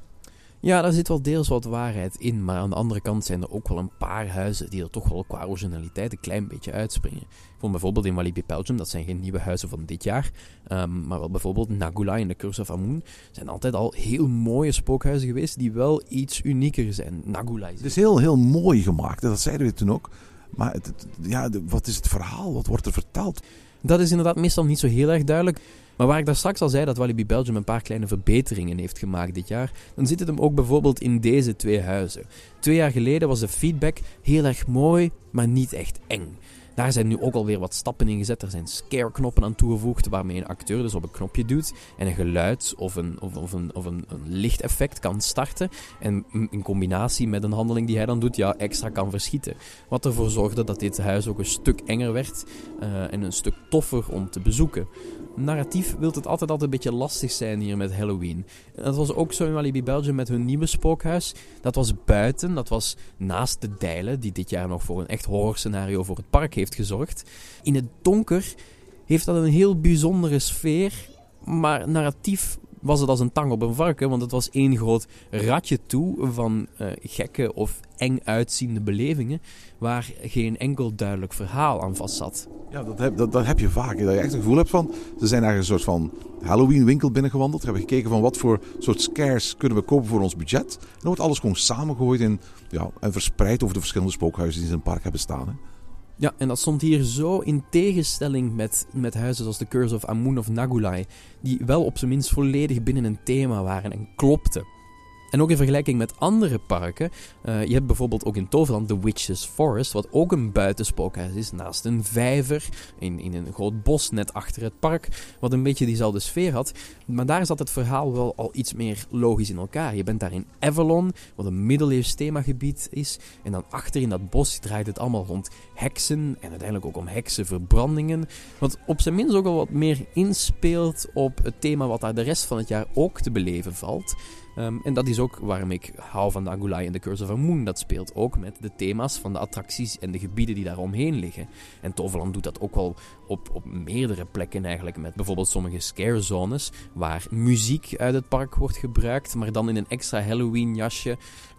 Ja, daar zit wel deels wat waarheid in, maar aan de andere kant zijn er ook wel een paar huizen die er toch wel qua originaliteit een klein beetje uitspringen. Ik vond bijvoorbeeld in Walibi Belgium, dat zijn geen nieuwe huizen van dit jaar, um, maar wel bijvoorbeeld Nagula en The Curse of Amun zijn altijd al heel mooie spookhuizen geweest die wel iets unieker zijn. Nagula is... Het is heel, heel mooi gemaakt, dat zeiden we toen ook. Maar het, het, ja, de, wat is het verhaal? Wat wordt er verteld? Dat is inderdaad meestal niet zo heel erg duidelijk. Maar waar ik daar straks al zei dat Walibi Belgium een paar kleine verbeteringen heeft gemaakt dit jaar, dan zit het hem ook bijvoorbeeld in deze twee huizen. Twee jaar geleden was de feedback heel erg mooi, maar niet echt eng. Daar zijn nu ook alweer wat stappen in gezet. Er zijn scare-knoppen aan toegevoegd waarmee een acteur dus op een knopje duwt en een geluid of een, of, of een, of een, een lichteffect kan starten. En in combinatie met een handeling die hij dan doet, ja, extra kan verschieten. Wat ervoor zorgde dat dit huis ook een stuk enger werd uh, en een stuk toffer om te bezoeken. Narratief wil het altijd altijd een beetje lastig zijn hier met Halloween. En dat was ook zo in Walibi Belgium met hun nieuwe spookhuis. Dat was buiten, dat was naast de Dijlen, die dit jaar nog voor een echt horrorscenario voor het park heeft gezorgd. In het donker heeft dat een heel bijzondere sfeer, maar narratief was het als een tang op een varken, want het was één groot ratje toe van uh, gekke of eng uitziende belevingen, waar geen enkel duidelijk verhaal aan vast zat. Ja, dat heb, dat, dat heb je vaak. Dat je echt het gevoel hebt van, ze zijn naar een soort van Halloween winkel binnengewandeld, hebben gekeken van wat voor soort scares kunnen we kopen voor ons budget. En dan wordt alles gewoon samengegooid in, ja, en verspreid over de verschillende spookhuizen die in een park hebben staan. Hè. Ja, en dat stond hier zo in tegenstelling met, met huizen zoals The Curse of Amun of Nagulai, die wel op zijn minst volledig binnen een thema waren en klopten. En ook in vergelijking met andere parken, uh, je hebt bijvoorbeeld ook in Toverland The Witch's Forest, wat ook een buitenspookhuis is, naast een vijver, in, in een groot bos net achter het park, wat een beetje diezelfde sfeer had. Maar daar zat het verhaal wel al iets meer logisch in elkaar. Je bent daar in Avalon, wat een middeleeuws themagebied is, en dan achter in dat bos draait het allemaal rond heksen, en uiteindelijk ook om heksenverbrandingen, wat op zijn minst ook al wat meer inspeelt op het thema wat daar de rest van het jaar ook te beleven valt. Um, en dat is ook waarom ik hou van Nagulai en The Curse of Amun. Dat speelt ook met de thema's van de attracties en de gebieden die daar omheen liggen. En Toverland doet dat ook wel op, op meerdere plekken eigenlijk. Met bijvoorbeeld sommige scarezones waar muziek uit het park wordt gebruikt, maar dan in een extra Halloween jasje.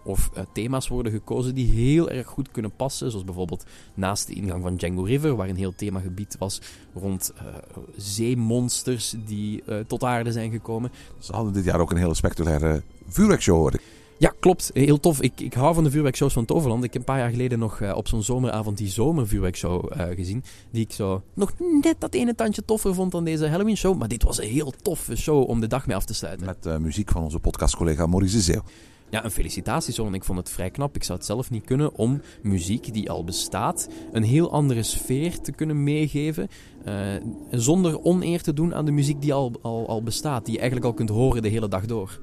of uh, thema's worden gekozen die heel erg goed kunnen passen. Zoals bijvoorbeeld naast de ingang van Django River, waar een heel themagebied was rond uh, zeemonsters die uh, tot aarde zijn gekomen. Ze hadden dit jaar ook een hele spectaculaire vuurwerkshow, hoor ik. Ja, klopt. Heel tof. Ik, ik hou van de vuurwerkshows van Toverland. Ik heb een paar jaar geleden nog uh, op zo'n zomeravond die zomervuurwerkshow uh, gezien. Die ik zo nog net dat ene tandje toffer vond dan deze Halloween show. Maar dit was een heel toffe show om de dag mee af te sluiten. Met uh, muziek van onze podcastcollega Maurice Zeeuw. Ja, een felicitaties hoor. En ik vond het vrij knap. Ik zou het zelf niet kunnen om muziek die al bestaat een heel andere sfeer te kunnen meegeven. Uh, zonder oneer te doen aan de muziek die al, al, al bestaat. Die je eigenlijk al kunt horen de hele dag door.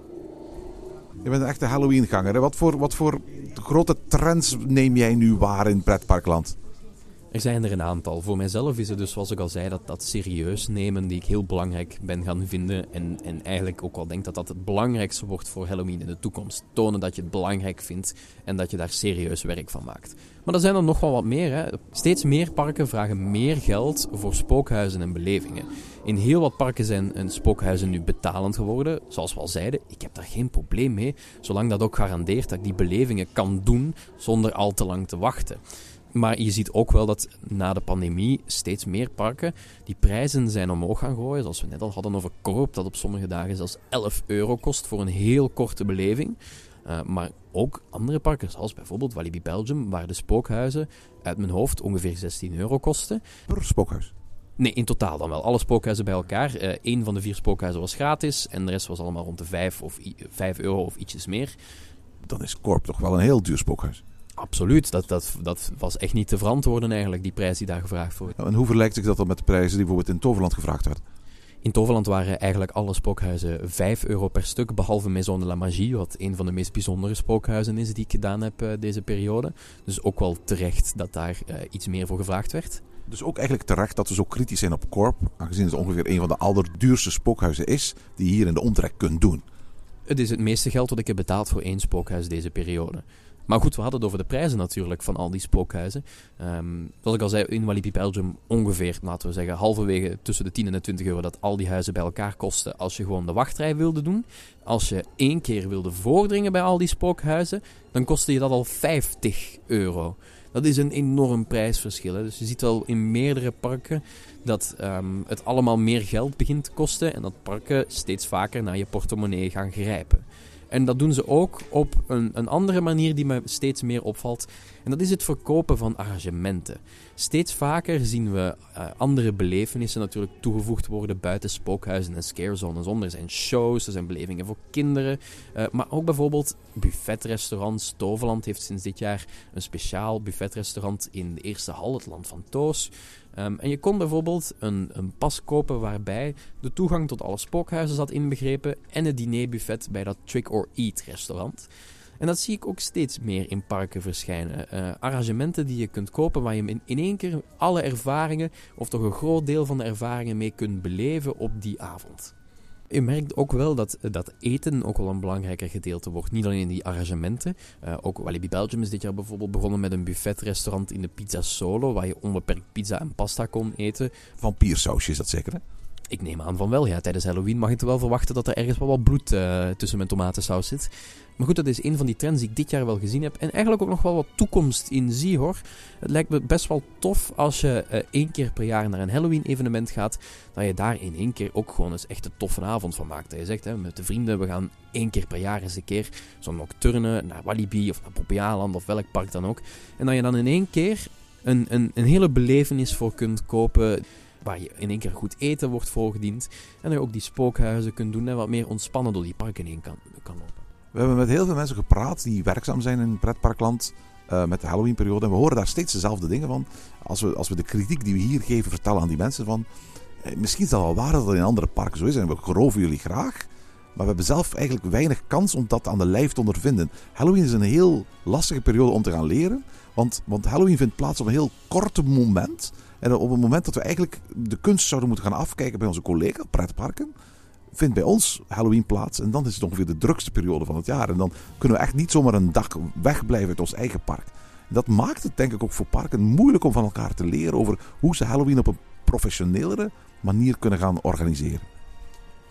Je bent een echte Halloween-ganger. Hè? Wat voor, wat voor grote trends neem jij nu waar in pretparkland? Er zijn er een aantal. Voor mijzelf is het dus, zoals ik al zei, dat, dat serieus nemen die ik heel belangrijk ben gaan vinden. En, en eigenlijk ook wel denk dat dat het belangrijkste wordt voor Halloween in de toekomst. Tonen dat je het belangrijk vindt en dat je daar serieus werk van maakt. Maar er zijn er nog wel wat meer. Hè. Steeds meer parken vragen meer geld voor spookhuizen en belevingen. In heel wat parken zijn een spookhuizen nu betalend geworden. Zoals we al zeiden, ik heb daar geen probleem mee. Zolang dat ook garandeert dat ik die belevingen kan doen zonder al te lang te wachten. Maar je ziet ook wel dat na de pandemie steeds meer parken die prijzen zijn omhoog gaan gooien. Zoals we net al hadden over Corp, dat op sommige dagen zelfs elf euro kost voor een heel korte beleving. Uh, maar ook andere parken, zoals bijvoorbeeld Walibi Belgium, waar de spookhuizen uit mijn hoofd ongeveer zestien euro kosten. Per spookhuis? Nee, in totaal dan wel. Alle spookhuizen bij elkaar. Uh, Eén van de vier spookhuizen was gratis en de rest was allemaal rond de vijf, of i- vijf euro of ietsjes meer. Dan is Corp toch wel een heel duur spookhuis. Absoluut, dat, dat, dat was echt niet te verantwoorden eigenlijk, die prijs die daar gevraagd wordt. En hoe vergelijkt zich dat dan met de prijzen die bijvoorbeeld in Toverland gevraagd werden? In Toverland waren eigenlijk alle spookhuizen vijf euro per stuk, behalve Maison de la Magie, wat een van de meest bijzondere spookhuizen is die ik gedaan heb uh, deze periode. Dus ook wel terecht dat daar uh, iets meer voor gevraagd werd. Dus ook eigenlijk terecht dat we zo kritisch zijn op Corp, aangezien het ongeveer een van de allerduurste spookhuizen is die je hier in de omtrek kunt doen. Het is het meeste geld wat ik heb betaald voor één spookhuis deze periode. Maar goed, we hadden het over de prijzen natuurlijk van al die spookhuizen. Um, zoals ik al zei, in Walibi Belgium ongeveer, laten we zeggen, halverwege tussen de tien en de twintig euro dat al die huizen bij elkaar kosten als je gewoon de wachtrij wilde doen. Als je één keer wilde voordringen bij al die spookhuizen, dan kostte je dat al vijftig euro. Dat is een enorm prijsverschil. Hè? Dus je ziet wel in meerdere parken dat um, het allemaal meer geld begint te kosten en dat parken steeds vaker naar je portemonnee gaan grijpen. En dat doen ze ook op een, een andere manier die me steeds meer opvalt. En dat is het verkopen van arrangementen. Steeds vaker zien we uh, andere belevenissen natuurlijk toegevoegd worden buiten spookhuizen en scarezones. Er zijn shows, er zijn belevingen voor kinderen. Uh, maar ook bijvoorbeeld buffetrestaurants. Toverland heeft sinds dit jaar een speciaal buffetrestaurant in de eerste hal, het Land van Toos. Um, en je kon bijvoorbeeld een, een pas kopen waarbij de toegang tot alle spookhuizen zat inbegrepen en het dinerbuffet bij dat Trick-or-Eat restaurant. En dat zie ik ook steeds meer in parken verschijnen. Uh, arrangementen die je kunt kopen waar je in, in één keer alle ervaringen, of toch een groot deel van de ervaringen mee kunt beleven op die avond. Je merkt ook wel dat, dat eten ook wel een belangrijker gedeelte wordt. Niet alleen in die arrangementen. Uh, ook Walibi Belgium is dit jaar bijvoorbeeld begonnen met een buffetrestaurant in de Pizza Solo, waar je onbeperkt pizza en pasta kon eten. Vampiersausje is dat zeker, hè? Ik neem aan van wel, ja. Tijdens Halloween mag je toch wel verwachten dat er ergens wel wat bloed uh, tussen mijn tomatensaus zit. Maar goed, dat is een van die trends die ik dit jaar wel gezien heb. En eigenlijk ook nog wel wat toekomst in zie, hoor. Het lijkt me best wel tof als je uh, één keer per jaar naar een Halloween-evenement gaat, dat je daar in één keer ook gewoon eens echt een toffe avond van maakt. Dat je zegt, hè, met de vrienden, we gaan één keer per jaar eens een keer zo'n nocturne naar Walibi of naar Poppéaland of welk park dan ook. En dat je dan in één keer een, een, een hele belevenis voor kunt kopen, waar je in één keer goed eten wordt voorgediend. En dat je ook die spookhuizen kunt doen en wat meer ontspannen door die parken heen kan, kan lopen. We hebben met heel veel mensen gepraat die werkzaam zijn in pretparkland uh, met de Halloween-periode. En we horen daar steeds dezelfde dingen van. Als we, als we de kritiek die we hier geven vertellen aan die mensen van, eh, misschien is dat wel waar dat het in andere parken zo is en we geloven jullie graag. Maar we hebben zelf eigenlijk weinig kans om dat aan de lijf te ondervinden. Halloween is een heel lastige periode om te gaan leren. Want, want Halloween vindt plaats op een heel korte moment. En op het moment dat we eigenlijk de kunst zouden moeten gaan afkijken bij onze collega pretparken, vindt bij ons Halloween plaats. En dan is het ongeveer de drukste periode van het jaar. En dan kunnen we echt niet zomaar een dag wegblijven uit ons eigen park. Dat maakt het denk ik ook voor parken moeilijk om van elkaar te leren over hoe ze Halloween op een professionelere manier kunnen gaan organiseren.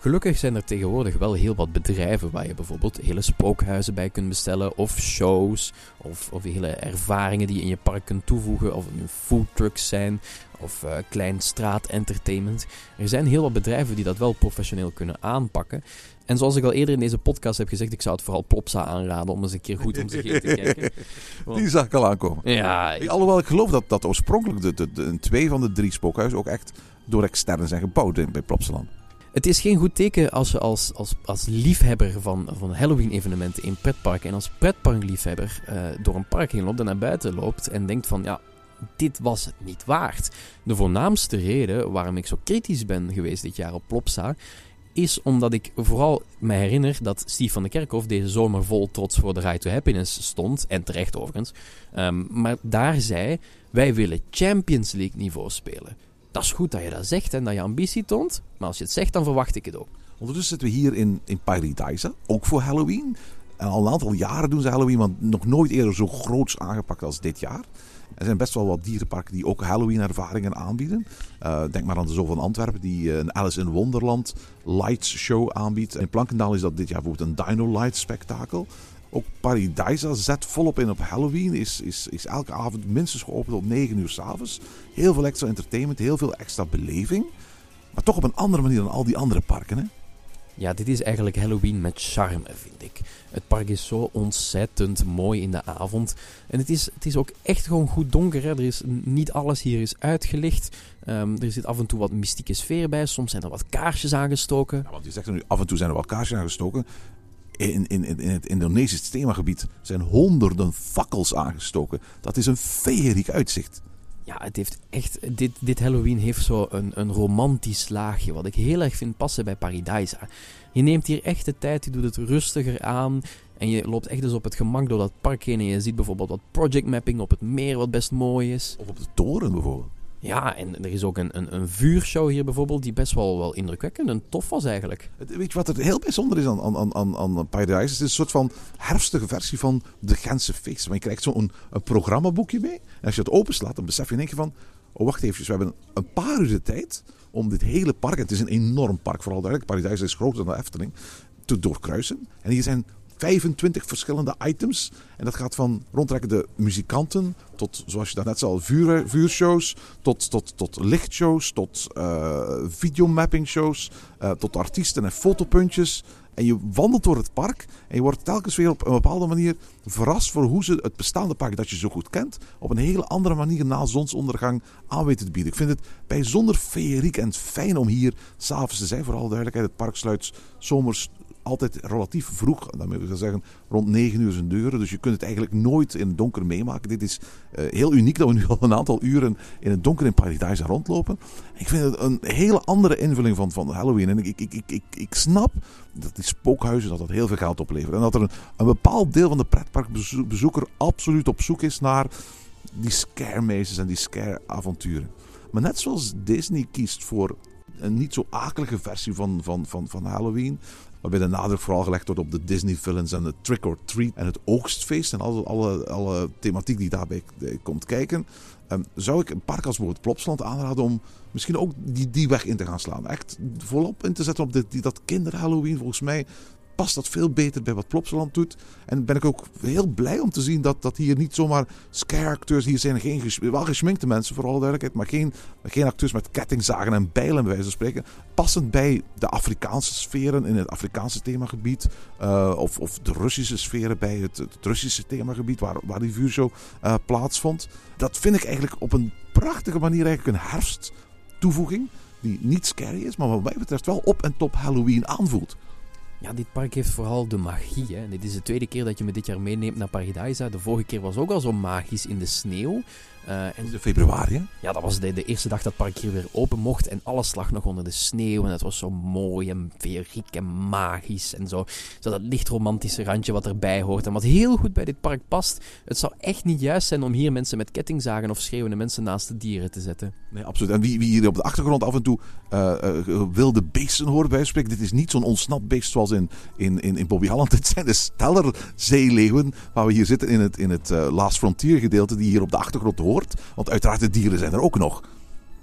Gelukkig zijn er tegenwoordig wel heel wat bedrijven waar je bijvoorbeeld hele spookhuizen bij kunt bestellen, of shows, of, of hele ervaringen die je in je park kunt toevoegen, of het nu foodtrucks zijn, of uh, klein straatentertainment. Er zijn heel wat bedrijven die dat wel professioneel kunnen aanpakken. En zoals ik al eerder in deze podcast heb gezegd, ik zou het vooral Plopsa aanraden om eens een keer goed om zich heen te kijken. Want, die zag ik al aankomen. Ja, ik... Alhoewel ik geloof dat, dat oorspronkelijk de, de, de, twee van de drie spookhuizen ook echt door externen zijn gebouwd in, bij Plopsaland. Het is geen goed teken als je als, als, als liefhebber van, van Halloween-evenementen in pretparken en als pretparkliefhebber uh, door een park heen loopt en naar buiten loopt en denkt van, ja, dit was het niet waard. De voornaamste reden waarom ik zo kritisch ben geweest dit jaar op Plopsa is omdat ik vooral me herinner dat Steve van de Kerkhof deze zomer vol trots voor de Ride to Happiness stond, en terecht overigens, um, maar daar zei, wij willen Champions League niveau spelen. Dat is goed dat je dat zegt en dat je ambitie toont, maar als je het zegt, dan verwacht ik het ook. Ondertussen zitten we hier in, in Paradise, ook voor Halloween. En al een aantal jaren doen ze Halloween, maar nog nooit eerder zo groots aangepakt als dit jaar. Er zijn best wel wat dierenparken die ook Halloween-ervaringen aanbieden. Uh, denk maar aan de Zoo van Antwerpen, die uh, een Alice in Wonderland Lights Show aanbiedt. In Plankendaal is dat dit jaar bijvoorbeeld een Dino Light spektakel. Ook Paradise zet volop in op Halloween. Is, is, is elke avond minstens geopend tot negen uur 's avonds. Heel veel extra entertainment, heel veel extra beleving. Maar toch op een andere manier dan al die andere parken, hè? Ja, dit is eigenlijk Halloween met charme, vind ik. Het park is zo ontzettend mooi in de avond. En het is, het is ook echt gewoon goed donker. Hè? Er is, niet alles hier is uitgelicht. Um, er zit af en toe wat mystieke sfeer bij. Soms zijn er wat kaarsjes aangestoken. Ja, want je zegt er nu, af en toe zijn er wat kaarsjes aangestoken. In, in, in het Indonesisch themagebied zijn honderden fakkels aangestoken. Dat is een feeriek uitzicht. Ja, het heeft echt, dit, dit Halloween heeft zo een, een romantisch laagje, wat ik heel erg vind passen bij Paradise. Je neemt hier echt de tijd, je doet het rustiger aan en je loopt echt dus op het gemak door dat park heen en je ziet bijvoorbeeld wat project mapping op het meer, wat best mooi is. Of op de toren bijvoorbeeld. Ja, en er is ook een, een, een vuurshow hier bijvoorbeeld die best wel, wel indrukwekkend en tof was eigenlijk. Weet je wat er heel bijzonder is aan, aan, aan, aan Paradise? Het is een soort van herfstige versie van de Gentse feesten. Maar je krijgt zo'n een, een programmaboekje mee. En als je het openslaat, dan besef je in één keer van... Oh, wacht even, we hebben een paar uur de tijd om dit hele park... En het is een enorm park, vooral duidelijk. Paradise is groter dan de Efteling. Te doorkruisen. En hier zijn vijfentwintig verschillende items. En dat gaat van rondtrekkende muzikanten tot, zoals je daarnet zei, vuur, vuurshows, tot, tot, tot lichtshows, tot uh, videomapping shows, uh, tot artiesten en fotopuntjes. En je wandelt door het park en je wordt telkens weer op een bepaalde manier verrast voor hoe ze het bestaande park dat je zo goed kent, op een hele andere manier na zonsondergang aan weten te bieden. Ik vind het bijzonder feeriek en fijn om hier s'avonds te zijn. Vooral duidelijkheid, het park sluit zomers altijd relatief vroeg, dan moet ik zeggen rond negen uur zijn deuren. Dus je kunt het eigenlijk nooit in het donker meemaken. Dit is uh, heel uniek dat we nu al een aantal uren in het donker in Paradise rondlopen. Ik vind het een hele andere invulling van, van Halloween. En ik, ik, ik, ik, ik snap dat die spookhuizen dat dat heel veel geld opleveren. En dat er een, een bepaald deel van de pretparkbezoeker absoluut op zoek is naar die scare mazes en die scare avonturen. Maar net zoals Disney kiest voor een niet zo akelige versie van, van, van, van Halloween, waarbij de nadruk vooral gelegd wordt op de Disney villains en het trick or treat en het oogstfeest en alle, alle, alle thematiek die daarbij komt kijken. Um, zou ik een park als bijvoorbeeld Plopsaland aanraden om misschien ook die, die weg in te gaan slaan. Echt volop in te zetten op dit, die, dat kinder-Halloween. Volgens mij past dat veel beter bij wat Plopsaland doet. En ben ik ook heel blij om te zien dat, dat hier niet zomaar scare-acteurs... Hier zijn geen ges, wel geschminkte mensen, voor alle duidelijkheid, maar geen, geen acteurs met kettingzagen en bijlen, bij wijze van spreken. Passend bij de Afrikaanse sferen in het Afrikaanse themagebied. Uh, of, of de Russische sferen bij het, het Russische themagebied, waar, waar die vuurshow uh, plaatsvond. Dat vind ik eigenlijk op een prachtige manier eigenlijk een herfsttoevoeging. Die niet scary is, maar wat mij betreft wel op en top Halloween aanvoelt. Ja, dit park heeft vooral de magie. Hè. Dit is de tweede keer dat je me dit jaar meeneemt naar Paradise. De vorige keer was ook al zo magisch in de sneeuw. Uh, en in februari, hè? Ja, dat was de, de eerste dag dat het park hier weer open mocht. En alles lag nog onder de sneeuw. En het was zo mooi en feeriek en magisch. En zo, zo dat licht romantische randje wat erbij hoort. En wat heel goed bij dit park past. Het zou echt niet juist zijn om hier mensen met kettingzagen of schreeuwende mensen naast de dieren te zetten. Nee, absoluut. En wie, wie hier op de achtergrond af en toe uh, uh, wilde beesten horen bij spreken. Dit is niet zo'n ontsnapt beest zoals in, in, in, in Bobby Holland. Het zijn de Stellerzeeleeuwen waar we hier zitten in het, in het uh, Last Frontier gedeelte die hier op de achtergrond hoort. Want uiteraard de dieren zijn er ook nog.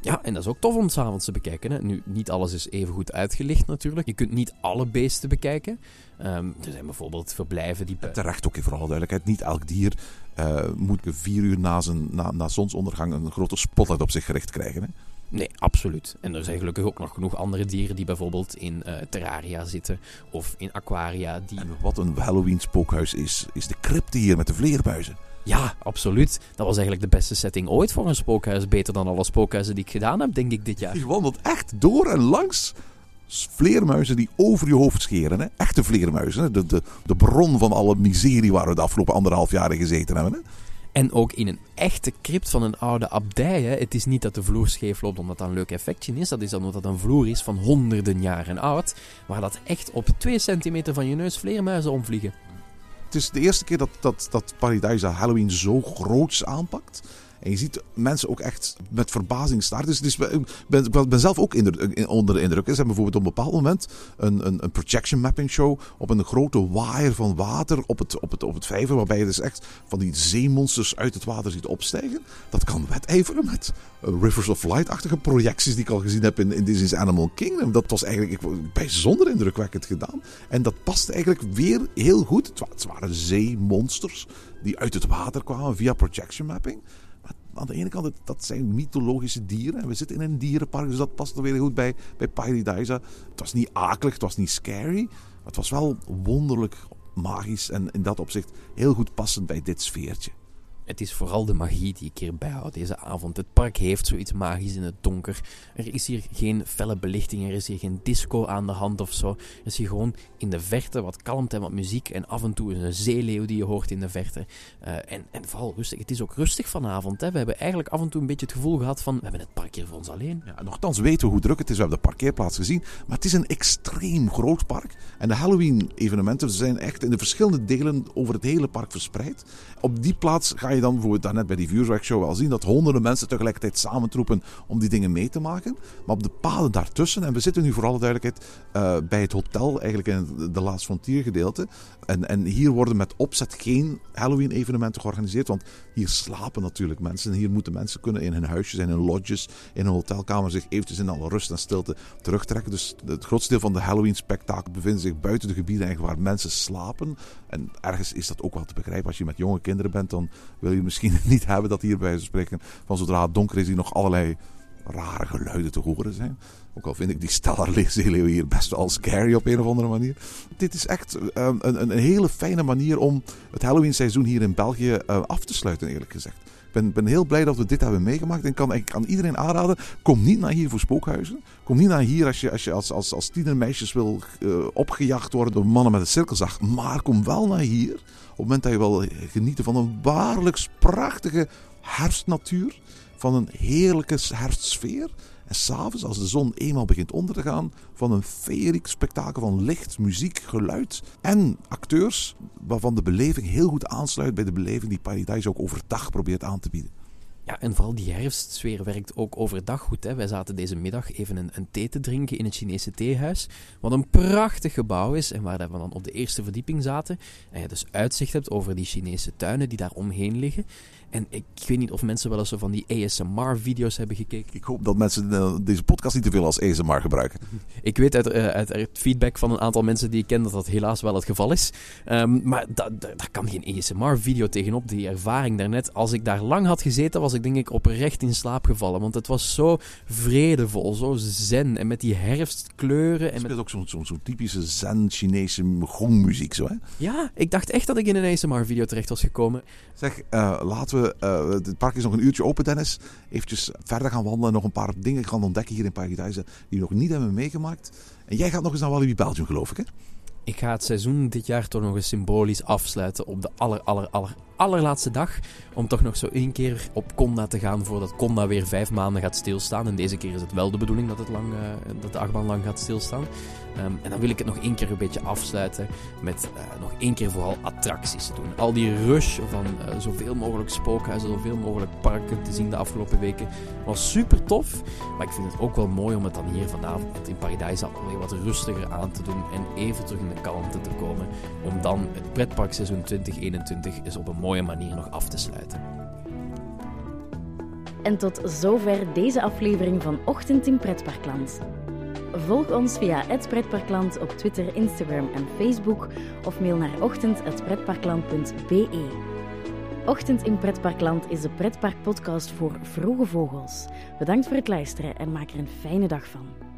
Ja, en dat is ook tof om 's avonds te bekijken. Hè. Nu, niet alles is even goed uitgelicht natuurlijk. Je kunt niet alle beesten bekijken. Um, er zijn bijvoorbeeld verblijven die... En terecht ook, voor alle duidelijkheid. Niet elk dier uh, moet vier uur na, zijn, na, na zonsondergang een grote spotlight op zich gericht krijgen. Hè? Nee, absoluut. En er zijn gelukkig ook nog genoeg andere dieren die bijvoorbeeld in uh, terraria zitten of in aquaria. Die... En wat een Halloween spookhuis is, is de crypte hier met de vleermuizen. Ja, absoluut. Dat was eigenlijk de beste setting ooit voor een spookhuis. Beter dan alle spookhuizen die ik gedaan heb, denk ik, dit jaar. Je wandelt echt door en langs vleermuizen die over je hoofd scheren. Hè? Echte vleermuizen. Hè? De, de, de bron van alle miserie waar we de afgelopen anderhalf jaren gezeten hebben. Hè? En ook in een echte crypt van een oude abdij. Hè. Het is niet dat de vloer scheef loopt omdat dat een leuk effectje is. Dat is dan omdat dat een vloer is van honderden jaren oud. Waar dat echt op twee centimeter van je neus vleermuizen omvliegen. Het is de eerste keer dat, dat, dat Paradise Halloween zo groots aanpakt. En je ziet mensen ook echt met verbazing staan. Dus, dus ik ben, ik ben zelf ook in, onder de indruk. Ze hebben bijvoorbeeld op een bepaald moment een, een, een projection mapping show op een grote waaier van water op het, op het, op het vijver. Waarbij je dus echt van die zeemonsters uit het water ziet opstijgen. Dat kan wedijveren met Rivers of Light-achtige projecties die ik al gezien heb in, in Disney's Animal Kingdom. Dat was eigenlijk ik, bijzonder indrukwekkend gedaan. En dat past eigenlijk weer heel goed. Het, het waren zeemonsters die uit het water kwamen via projection mapping. Aan de ene kant, dat zijn mythologische dieren. En we zitten in een dierenpark, dus dat past er weer goed bij, bij Paradise. Het was niet akelig, het was niet scary. Maar het was wel wonderlijk magisch. En in dat opzicht heel goed passend bij dit sfeertje. Het is vooral de magie die ik hier bijhoud deze avond. Het park heeft zoiets magisch in het donker. Er is hier geen felle belichting, er is hier geen disco aan de hand of zo. Er is hier gewoon in de verte wat kalmte en wat muziek. En af en toe een zeeleeuw die je hoort in de verte. Uh, en, en vooral rustig. Het is ook rustig vanavond. Hè. We hebben eigenlijk af en toe een beetje het gevoel gehad van... We hebben het park hier voor ons alleen. Ja, nochtans weten we hoe druk het is. We hebben de parkeerplaats gezien. Maar het is een extreem groot park. En de Halloween-evenementen zijn echt in de verschillende delen over het hele park verspreid. Op die plaats ga je dan bijvoorbeeld daarnet bij die Viewsrack Show wel zien dat honderden mensen tegelijkertijd samentroepen om die dingen mee te maken. Maar op de paden daartussen, en we zitten nu voor alle duidelijkheid uh, bij het hotel, eigenlijk in de Last Frontier gedeelte. En, en hier worden met opzet geen Halloween evenementen georganiseerd, want hier slapen natuurlijk mensen. En hier moeten mensen kunnen in hun huisjes, in hun lodges, in hun hotelkamer zich eventjes in alle rust en stilte terugtrekken. Dus het grootste deel van de Halloween spektakel bevindt zich buiten de gebieden eigenlijk waar mensen slapen. En ergens is dat ook wel te begrijpen. Als je met jonge kinderen bent, dan wil je misschien niet hebben dat hier bij ze spreken van zodra het donker is hier nog allerlei rare geluiden te horen zijn. Ook al vind ik die stellar-zeeleeuw hier best wel scary op een of andere manier. Dit is echt um, een, een hele fijne manier om het Halloween seizoen hier in België uh, af te sluiten, eerlijk gezegd. Ik ben, ben heel blij dat we dit hebben meegemaakt en kan ik aan iedereen aanraden, kom niet naar hier voor spookhuizen. Kom niet naar hier als je als, je als, als, als tienermeisjes wil uh, opgejaagd worden door mannen met een cirkelzag. Maar kom wel naar hier op het moment dat je wil genieten van een waarlijk prachtige herfstnatuur. Van een heerlijke herfstsfeer. En s'avonds, als de zon eenmaal begint onder te gaan, van een feeriek spektakel van licht, muziek, geluid en acteurs, waarvan de beleving heel goed aansluit bij de beleving die Paradise ook overdag probeert aan te bieden. Ja, en vooral die herfstsfeer werkt ook overdag goed. Hè. Wij zaten deze middag even een, een thee te drinken in het Chinese theehuis, wat een prachtig gebouw is en waar we dan op de eerste verdieping zaten. En je dus uitzicht hebt over die Chinese tuinen die daar omheen liggen. En ik, ik weet niet of mensen wel eens zo van die A S M R-video's hebben gekeken. Ik hoop dat mensen uh, deze podcast niet te veel als A S M R gebruiken. Ik weet uit, uh, uit, uit feedback van een aantal mensen die ik ken dat dat helaas wel het geval is. Um, maar da, da, daar kan geen A S M R-video tegenop. Die ervaring daarnet, als ik daar lang had gezeten, was ik denk ik oprecht in slaap gevallen. Want het was zo vredevol, zo zen. En met die herfstkleuren. En het met... is ook zo'n zo, zo typische zen-Chinese gongmuziek, zo hè? Ja, ik dacht echt dat ik in een A S M R-video terecht was gekomen. Zeg, uh, laten we... Uh, het park is nog een uurtje open, Dennis. Eventjes verder gaan wandelen en nog een paar dingen gaan ontdekken hier in Paradise die we nog niet hebben meegemaakt. En jij gaat nog eens naar Walibi Belgium, geloof ik, hè? Ik ga het seizoen dit jaar toch nog eens symbolisch afsluiten op de aller, aller, aller, allerlaatste dag. Om toch nog zo één keer op Conda te gaan voordat Conda weer vijf maanden gaat stilstaan. En deze keer is het wel de bedoeling dat, het lang, uh, dat de achtbaan lang gaat stilstaan. Um, en dan wil ik het nog één keer een beetje afsluiten met uh, nog één keer vooral attracties te doen. Al die rush van uh, zoveel mogelijk spookhuizen, zoveel mogelijk parken te zien de afgelopen weken was super tof. Maar ik vind het ook wel mooi om het dan hier vanavond in Paradise alweer wat rustiger aan te doen en even terug in de kalmte te komen. Om dan het pretparkseizoen twintig eenentwintig eens op een mooie manier nog af te sluiten. En tot zover deze aflevering van Ochtend in Pretparkland. Volg ons via het pretparkland op Twitter, Instagram en Facebook of mail naar ochtend apenstaartje pretparkland punt b e. Ochtend in Pretparkland is de pretparkpodcast voor vroege vogels. Bedankt voor het luisteren en maak er een fijne dag van.